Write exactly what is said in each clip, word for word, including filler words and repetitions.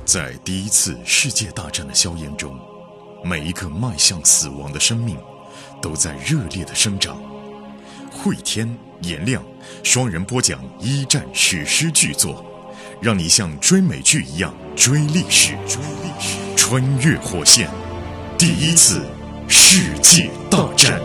在第一次世界大战的硝烟中，每一个迈向死亡的生命都在热烈的生长。慧天、颜亮双人播讲一战史诗巨作，让你像追美剧一样追历史，追历史，穿越火线，第一次世界大战。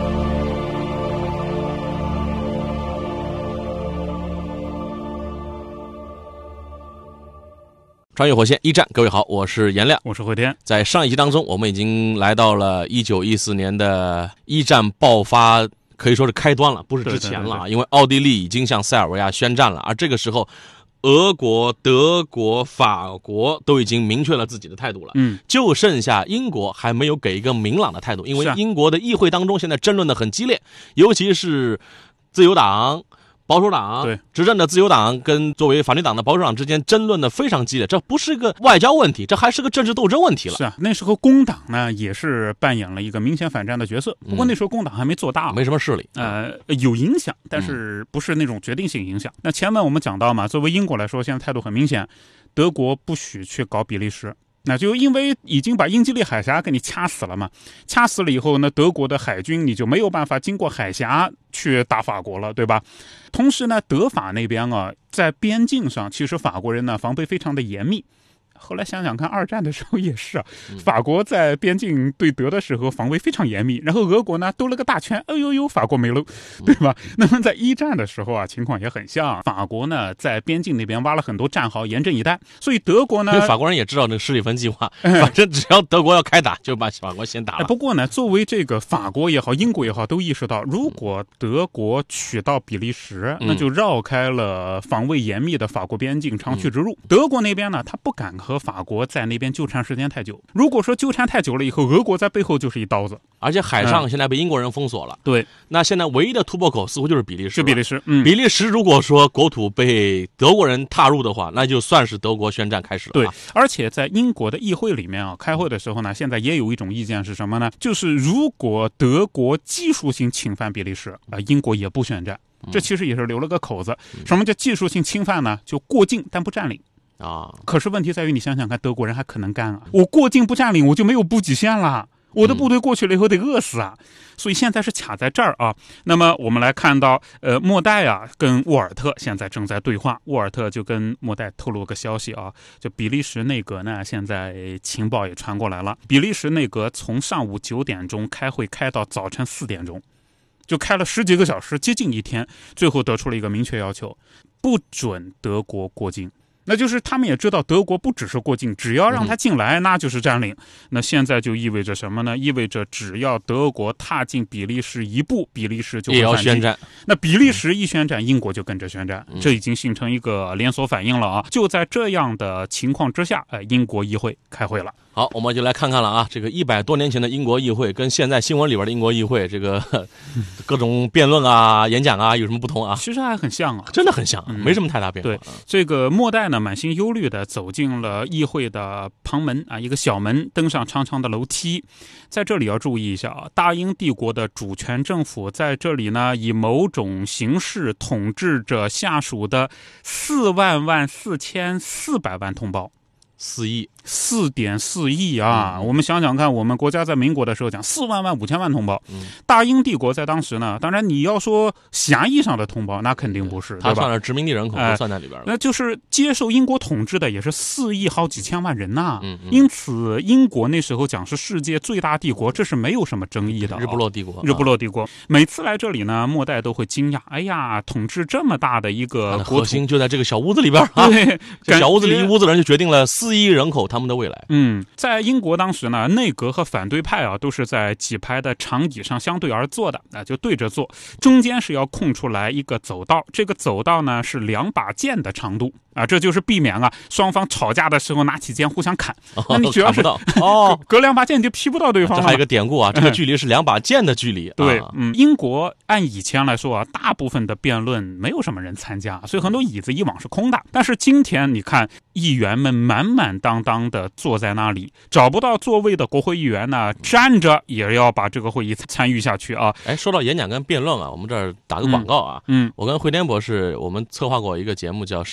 穿越火线一战，各位好，我是颜亮， 我是慧天。 在上一集当中，我们已经来到了一九一四年的一战爆发，可以说是开端了，不是之前了。 对对对对， 因为奥地利已经向塞尔维亚宣战了，而这个时候，俄国、德国、法国都已经明确了自己的态度了。 嗯， 就剩下英国还没有给一个明朗的态度，因为是啊英国的议会当中现在争论的很激烈，尤其是自由党。保守党对执政的自由党跟作为反对党的保守党之间争论的非常激烈，这不是个外交问题，这还是个政治斗争问题了。 是啊，那时候工党呢也是扮演了一个明显反战的角色，不过那时候工党还没做大， 没什么势力， 呃，有影响，但是不是那种决定性影响。那前面我们讲到嘛，作为英国来说，现在态度很明显，德国不许去搞比利时。那就因为已经把英吉利海峡给你掐死了嘛，掐死了以后呢，德国的海军你就没有办法经过海峡去打法国了，对吧？同时呢，德法那边啊，在边境上，其实法国人呢防备非常的严密。后来想想看，二战的时候也是啊，法国在边境对德的时候防卫非常严密，然后俄国呢兜了个大圈，哎呦呦，法国没了，对吧？那么在一战的时候啊，情况也很像，法国呢在边境那边挖了很多战壕，严阵以待，所以德国呢， 因为法国人也知道这个施里芬计划，反正只要德国要开打，就把法国先打了。 不过呢，作为这个法国也好，英国也好，都意识到，如果德国取到比利时，那就绕开了防卫严密的法国边境长驱直入。德国那边呢，他不敢和法国在那边纠缠时间太久。如果说纠缠太久了以后，俄国在背后就是一刀子。 而且海上现在被英国人封锁了。 对， 那现在唯一的突破口似乎就是比利时。 是比利时。嗯， 比利时如果说国土被德国人踏入的话，那就算是德国宣战开始了。 对，而且在英国的议会里面啊，开会的时候呢，现在也有一种意见是什么呢？就是如果德国技术性侵犯比利时，啊、呃，英国也不宣战。这其实也是留了个口子。什么叫技术性侵犯呢？就过境但不占领。 啊， 可是问题在于，你想想看，德国人还可能干啊！我过境不占领，我就没有补给线了，我的部队过去了以后得饿死啊！所以现在是卡在这儿啊。那么我们来看到，呃，莫代啊跟沃尔特现在正在对话，沃尔特就跟莫代透露个消息啊，就比利时内阁呢，现在情报也传过来了，比利时内阁从上午九点钟开会开到早晨四点钟。就开了十几个小时，接近一天，最后得出了一个明确要求，不准德国过境。那就是他们也知道德国不只是过境，只要让他进来，那就是占领。那现在就意味着什么呢？意味着只要德国踏进比利时一步，比利时就会也要宣战。 那比利时一宣战，英国就跟着宣战，这已经形成一个连锁反应了啊！就在这样的情况之下，呃，英国议会开会了。 好，我们就来看看了啊，这个一百多年前的英国议会跟现在新闻里边的英国议会，这个各种辩论啊、演讲啊有什么不同啊？ 其实还很像啊， 真的很像，嗯、没什么太大变化。 对，这个莫代呢，满心忧虑的走进了议会的旁门啊，一个小门，登上长长的楼梯。在这里要注意一下啊，大英帝国的主权政府在这里呢，以某种形式统治着下属的四万万四千四百万同胞。 四亿， 四点四亿啊！嗯、我们想想看，我们国家在民国的时候讲四万万五千万同胞，嗯、大英帝国在当时呢，当然你要说狭义上的同胞，那肯定不是， 他算是殖民地人口，不算在里边了、 呃。那就是接受英国统治的也是四亿好几千万人呐、啊嗯嗯。 因此，英国那时候讲是世界最大帝国，这是没有什么争议的、哦。 日不落帝国， 日不落帝国。每次来这里呢，莫代都会惊讶，哎呀，统治这么大的一个国土， 核心就在这个小屋子里边啊！ 对， 这小屋子里一屋子人就决定了四亿人口他们的未来。 嗯，在英国当时呢，内阁和反对派啊都是在几排的长椅上相对而坐的，啊，就对着坐，中间是要空出来一个走道，这个走道呢是两把剑的长度。啊，这就是避免啊双方吵架的时候拿起剑互相砍。 哦、 那你主要是哦， 隔两把剑你就劈不到对方了。 这还有一个典故啊，这个距离是两把剑的距离。 嗯、对， 啊、 嗯，英国按以前来说啊，大部分的辩论没有什么人参加，所以很多椅子以往是空的。但是今天你看，议员们满满当当的坐在那里，找不到座位的国会议员呢，站着也要把这个会议参与下去啊。 哎，说到演讲跟辩论啊，我们这儿打个广告啊。 嗯，嗯我跟慧天博士，我们策划过一个节目叫《舌战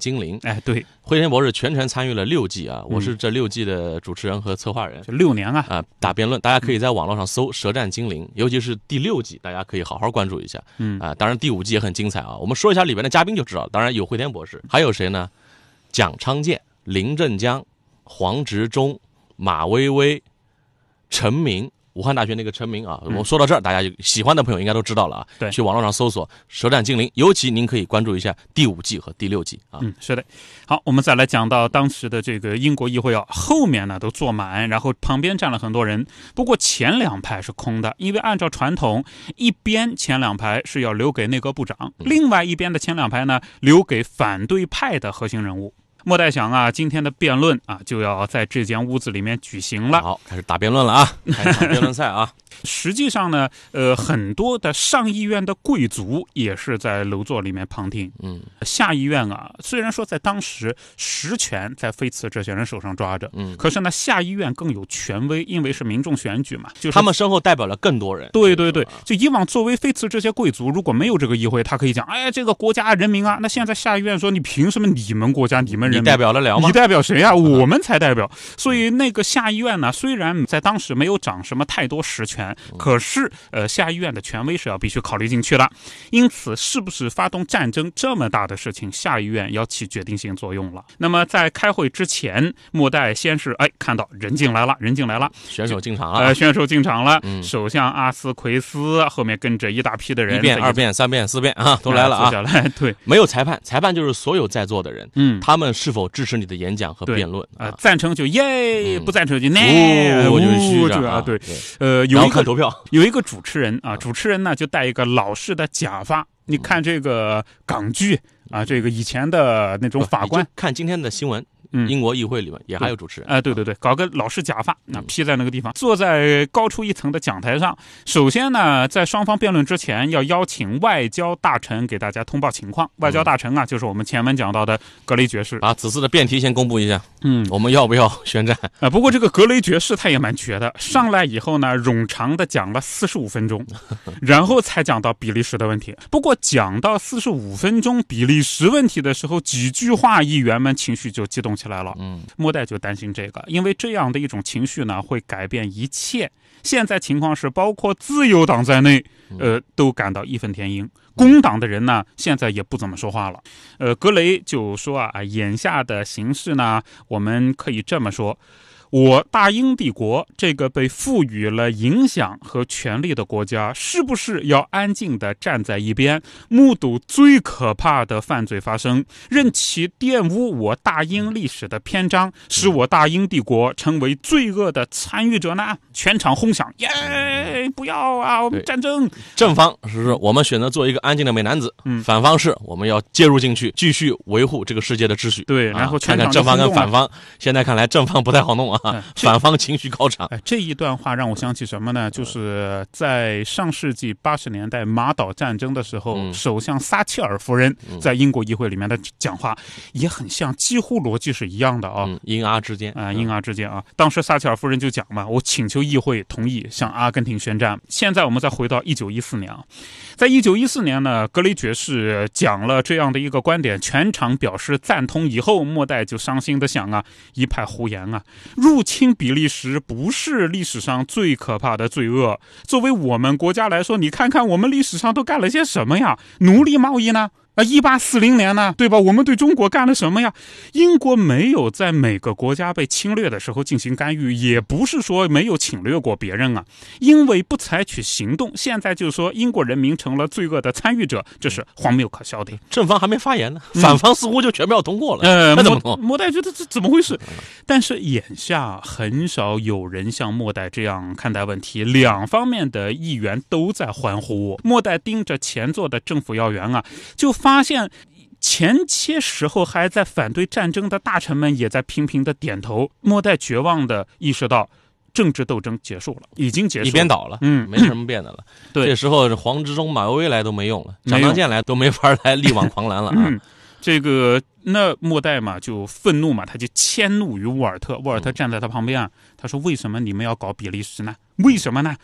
精灵。 哎，对， 汇天博士全程参与了六季啊，我是这六季的主持人和策划人， 就六年啊啊、呃，打辩论，大家可以在网络上搜《舌战精灵》，尤其是第六季，大家可以好好关注一下。 嗯啊、呃，当然第五季也很精彩啊，我们说一下里边的嘉宾就知道了。当然有汇天博士，还有谁呢？蒋昌建、林振江、黄执中、马薇薇、陈明。武汉大学那个陈明啊，我们说到这儿，大家喜欢的朋友应该都知道了啊。 对， 去网络上搜索《舌战精灵》，尤其您可以关注一下第五季和第六季啊。 嗯，是的。好，我们再来讲到当时的这个英国议会啊，后面呢都坐满，然后旁边站了很多人。不过前两排是空的，因为按照传统，一边前两排是要留给内阁部长，嗯、另外一边的前两排呢留给反对派的核心人物。莫代想啊，今天的辩论啊就要在这间屋子里面举行了。 好，开始打辩论了啊，开场辩论赛啊。 实际上呢，呃，很多的上议院的贵族也是在楼座里面旁听。 嗯， 下议院啊，虽然说在当时实权在菲茨这些人手上抓着， 嗯， 可是呢，下议院更有权威，因为是民众选举嘛，就是他们身后代表了更多人。 对对对，就以往作为菲茨这些贵族，如果没有这个议会，他可以讲，哎，这个国家人民啊，那现在下议院说，你凭什么你们国家你们人民你代表得了吗？ 你代表谁啊？我们才代表。所以那个下议院呢，虽然在当时没有掌什么太多实权，可是呃，下议院的权威是要必须考虑进去的。因此，是不是发动战争这么大的事情，下议院要起决定性作用了。那么在开会之前，莫代先是哎看到人进来了，人进来了， 选手进场了， 呃，选手进场了， 嗯、 首相阿斯奎斯后面跟着一大批的人， 一遍、二遍、三遍、四遍啊，都来了啊！ 下来，对， 没有裁判，裁判就是所有在座的人， 嗯， 他们是否支持你的演讲和辩论啊、呃？赞成就耶， 嗯、 不赞成就 no， 我就虚着啊，对，呃，有一个看投票， 有一个主持人啊，主持人呢就戴一个老式的假发。你看这个港剧啊，这个以前的那种法官， 看今天的新闻。 嗯， 英国议会里面也还有主持人， 哎、呃，对对对，搞个老式假发，那披在那个地方，坐在高出一层的讲台上。首先呢，在双方辩论之前，要邀请外交大臣给大家通报情况。外交大臣啊，就是我们前面讲到的格雷爵士。 把此次的辩题先公布一下， 嗯， 我们要不要宣战？ 啊、呃，不过这个格雷爵士他也蛮绝的，上来以后呢，冗长的讲了四十五分钟，然后才讲到比利时的问题。不过讲到四十五分钟比利时问题的时候，几句话，议员们情绪就激动起来了。 嗯， 莫代就担心这个，因为这样的一种情绪呢，会改变一切。现在情况是，包括自由党在内，呃，都感到义愤填膺。工党的人呢，现在也不怎么说话了。呃，格雷就说啊，眼下的形势呢，我们可以这么说。我大英帝国这个被赋予了影响和权力的国家，是不是要安静地站在一边，目睹最可怕的犯罪发生，任其玷污我大英历史的篇章，使我大英帝国成为罪恶的参与者呢？全场轰响，耶！不要啊！我们战争。 正方是我们选择做一个安静的美男子，嗯，反方是我们要介入进去，继续维护这个世界的秩序。 对，然后看看正方跟反方，现在看来正方不太好弄啊。嗯、反方情绪高涨、 哎，这一段话让我想起什么呢？就是在上世纪八十年代马岛战争的时候，嗯、首相撒切尔夫人在英国议会里面的讲话，也很像，几乎逻辑是一样的啊。 嗯、英阿之间啊、呃，英阿之间啊，当时撒切尔夫人就讲嘛，我请求议会同意向阿根廷宣战。现在我们再回到一九一四年啊，在一九一四年呢，格雷爵士讲了这样的一个观点，全场表示赞同以后，莫代就伤心的想啊，一派胡言啊，入侵比利时不是历史上最可怕的罪恶。作为我们国家来说，你看看我们历史上都干了些什么呀？奴隶贸易呢？啊，一八四零年呢，对吧？我们对中国干了什么呀？英国没有在每个国家被侵略的时候进行干预，也不是说没有侵略过别人啊，因为不采取行动，现在就说英国人民成了罪恶的参与者，这是荒谬可笑的。 正方还没发言呢，反方似乎就全票通过了。 呃， 那怎么弄？ 莫代觉得这怎么回事？但是眼下很少有人像莫代这样看待问题，两方面的议员都在欢呼。莫代盯着前座的政府要员啊，就发现前些时候还在反对战争的大臣们也在频频的点头。莫代绝望的意识到，政治斗争结束了，已经结束了， 一边倒了， 嗯， 没什么变的了。 对， 这时候黄执中、马薇薇来都没用了，蒋当健来都没法来力挽狂澜了啊。 嗯，这个那莫代嘛就愤怒嘛，他就迁怒于沃尔特。沃尔特站在他旁边啊，他说：“为什么你们要搞比利时呢？为什么呢？”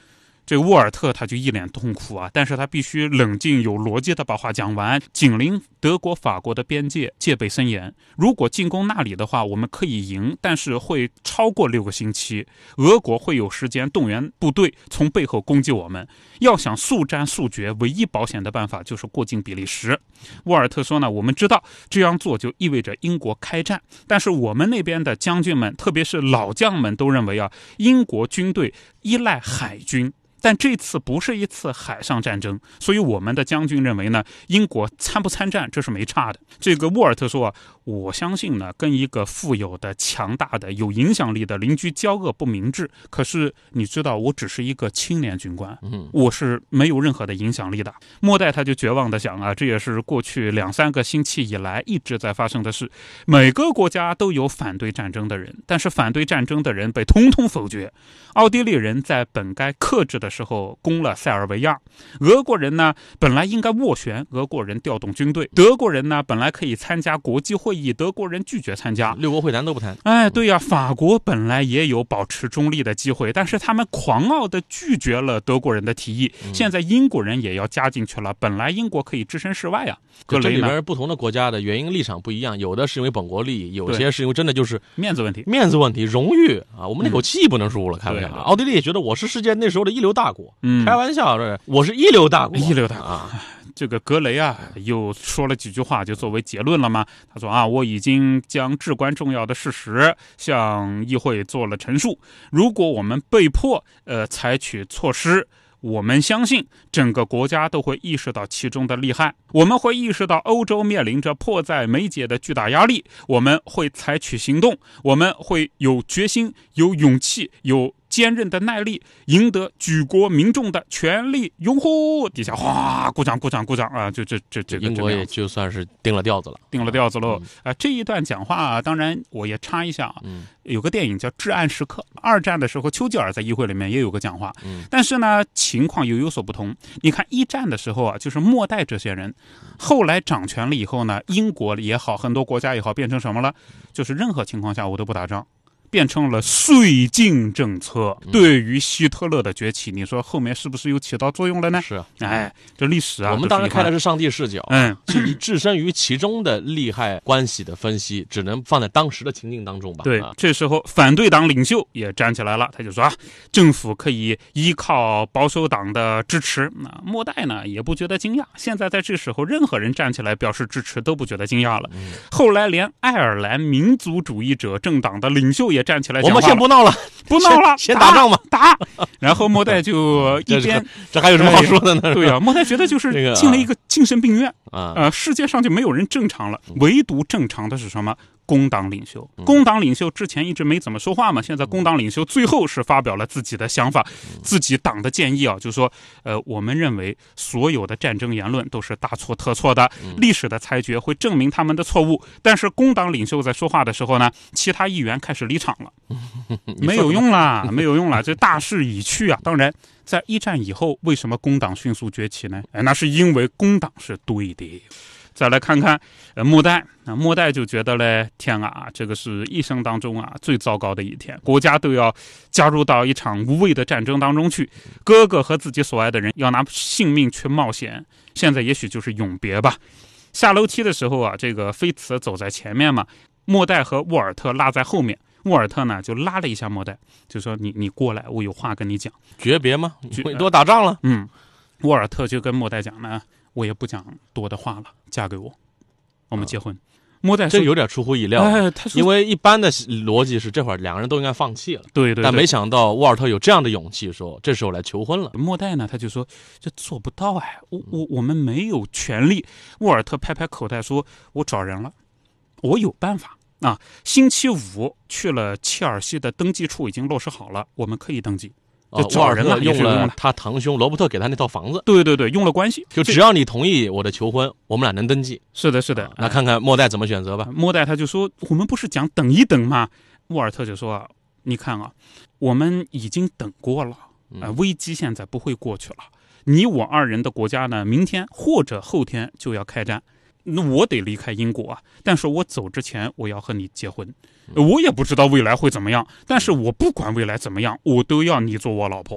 这个沃尔特他就一脸痛苦啊，但是他必须冷静有逻辑的把话讲完。紧邻德国法国的边界戒备森严，如果进攻那里的话，我们可以赢，但是会超过六个星期，俄国会有时间动员部队从背后攻击我们。要想速战速决，唯一保险的办法就是过境比利时。沃尔特说呢，我们知道这样做就意味着英国开战，但是我们那边的将军们，特别是老将们都认为啊，英国军队依赖海军，但这次不是一次海上战争，所以我们的将军认为呢，英国参不参战这是没差的。这个沃尔特说啊，我相信呢，跟一个富有的、强大的、有影响力的邻居交恶不明智。可是你知道，我只是一个青年军官，我是没有任何的影响力的。末代他就绝望的想啊，这也是过去两三个星期以来一直在发生的事。每个国家都有反对战争的人，但是反对战争的人被通通否决。奥地利人在本该克制的时候攻了塞尔维亚，俄国人呢本来应该斡旋，俄国人调动军队，德国人呢本来可以参加国际会议，德国人拒绝参加， 六国会谈都不谈。 哎，对呀、啊，法国本来也有保持中立的机会，但是他们狂傲地拒绝了德国人的提议。现在英国人也要加进去了，本来英国可以置身事外啊。 这里边不同的国家的原因立场不一样，有的是因为本国利益，有些是因为真的就是面子问题， 面子问题，荣誉啊，我们那口气不能输了，开玩笑。 对， 奥地利也觉得我是世界那时候的一流大国， 嗯， 开玩笑，这我是一流大国， 一流大国啊。 这个格雷啊，又说了几句话，就作为结论了嘛。他说啊，我已经将至关重要的事实向议会做了陈述。如果我们被迫呃采取措施，我们相信整个国家都会意识到其中的利害，我们会意识到欧洲面临着迫在眉睫的巨大压力，我们会采取行动，我们会有决心、有勇气、有坚韧的耐力，赢得举国民众的全力拥护。底下哗，鼓掌鼓掌鼓掌啊！就这这这个英国也就算是定了调子了， 定了调子喽。啊、 嗯呃，这一段讲话啊，当然我也插一下啊， 嗯、 有个电影叫《至暗时刻》，二战的时候丘吉尔在议会里面也有个讲话， 嗯、 但是呢情况又有所不同。你看一战的时候啊，就是末代这些人，后来掌权了以后呢，英国也好，很多国家也好，变成什么了？就是任何情况下我都不打仗。变成了绥靖政策，对于希特勒的崛起，你说后面是不是又起到作用了呢？ 是啊， 哎，这历史啊， 我们当然开的是上帝视角， 嗯， 至于置身于其中的利害关系的分析，只能放在当时的情境当中吧。 对， 啊、 这时候反对党领袖也站起来了，他就说啊，政府可以依靠保守党的支持。那末代呢也不觉得惊讶，现在在这时候，任何人站起来表示支持都不觉得惊讶了。嗯、后来连爱尔兰民族主义者政党的领袖也站起来讲话了， 我们先不闹了， 不闹了， 先, 先打仗吧， 打。然后末代就一边， 这, 这还有什么好说的呢？ 对呀、啊，末代觉得就是进了一个精神病院啊， 呃，世界上就没有人正常了，唯独正常的是什么？工党领袖，工党领袖之前一直没怎么说话嘛，现在工党领袖最后是发表了自己的想法，自己党的建议啊，就是说，呃，我们认为所有的战争言论都是大错特错的，历史的裁决会证明他们的错误。但是工党领袖在说话的时候呢，其他议员开始离场了，没有用啦，没有用啦，这大势已去啊。当然，在一战以后，为什么工党迅速崛起呢？哎，那是因为工党是对的。再来看看，呃，末代，那末代就觉得嘞，天啊，这个是一生当中啊最糟糕的一天，国家都要加入到一场无谓的战争当中去，哥哥和自己所爱的人要拿性命去冒险，现在也许就是永别吧。下楼梯的时候啊，这个菲茨走在前面嘛，末代和沃尔特拉在后面。沃尔特呢就拉了一下末代，就说你你过来，我有话跟你讲。 诀别吗？你多打仗了。 嗯，沃尔特就跟末代讲呢，我也不讲多的话了，嫁给我，我们结婚。末代这有点出乎意料， 哎、 因为一般的逻辑是这会儿两个人都应该放弃了， 对 对, 对， 但没想到沃尔特有这样的勇气说，这时候来求婚了。 末代呢，他就说这做不到哎，我我我们没有权利。沃尔特拍拍口袋说，我找人了，我有办法。啊，星期五去了切尔西的登记处已经落实好了，我们可以登记。就找人了， 哦、用了他堂兄罗伯特给他那套房子。 对对对，用了关系， 就只要你同意我的求婚，我们俩能登记。 是的，是的。 啊、那看看末代怎么选择吧。 末代他就说，我们不是讲等一等吗？沃尔特就说，你看啊，我们已经等过了，呃，危机现在不会过去了。你我二人的国家呢，明天或者后天就要开战。那我得离开英国啊，但是我走之前我要和你结婚，我也不知道未来会怎么样，但是我不管未来怎么样，我都要你做我老婆。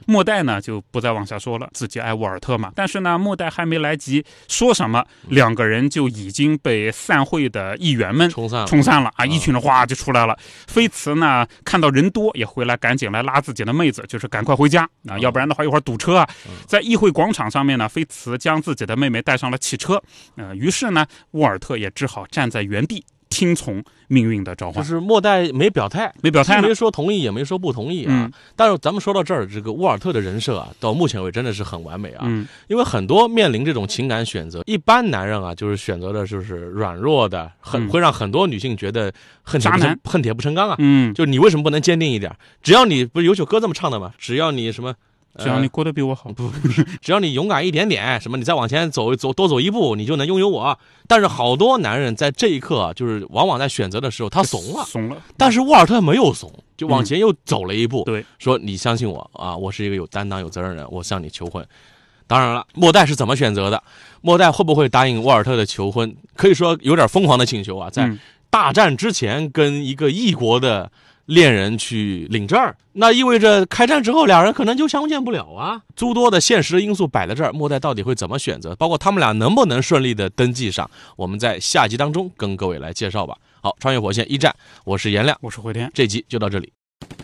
末代呢就不再往下说了，自己爱沃尔特嘛。但是呢，末代还没来及说什么，两个人就已经被散会的议员们冲散了， 冲散了啊！一群人哗就出来了。菲茨呢看到人多也回来，赶紧来拉自己的妹子，就是赶快回家啊，要不然的话一会儿堵车啊。在议会广场上面呢，菲茨将自己的妹妹带上了汽车，呃，于是呢，沃尔特也只好站在原地。听从命运的召唤， 就是末代没表态， 没表态， 没说同意，也没说不同意啊。嗯、但是咱们说到这儿，这个沃尔特的人设啊，到目前为止真的是很完美啊。 嗯， 因为很多面临这种情感选择，一般男人啊，就是选择的就是软弱的，很、嗯、会让很多女性觉得恨铁不成恨铁不成钢啊。 嗯， 就你为什么不能坚定一点？只要你不是有首歌这么唱的吗？只要你什么。 只要你过得比我好， 不不是，只要你勇敢一点点，什么你再往前走走多走一步，你就能拥有我。但是好多男人在这一刻啊，就是往往在选择的时候他怂了， 怂了。 但是沃尔特没有怂，就往前又走了一步， 嗯、对， 说你相信我啊，我是一个有担当、有责任人，我向你求婚。当然了，末代是怎么选择的？末代会不会答应沃尔特的求婚？可以说有点疯狂的请求啊，在大战之前跟一个异国的恋人去领证，那意味着开战之后俩人可能就相见不了啊。诸多的现实因素摆在这儿，末代到底会怎么选择，包括他们俩能不能顺利的登记上，我们在下集当中跟各位来介绍吧。好，穿越火线一战，我是颜亮， 我是回天， 这集就到这里。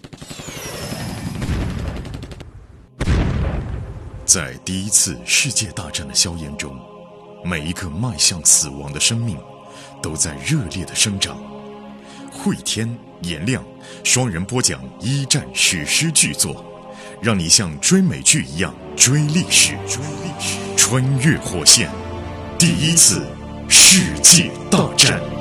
在第一次世界大战的硝烟中，每一个迈向死亡的生命都在热烈的生长。汇天颜亮双人播讲一战史诗巨作，让你像追美剧一样追历史，追历史，穿越火线，第一次世界大战。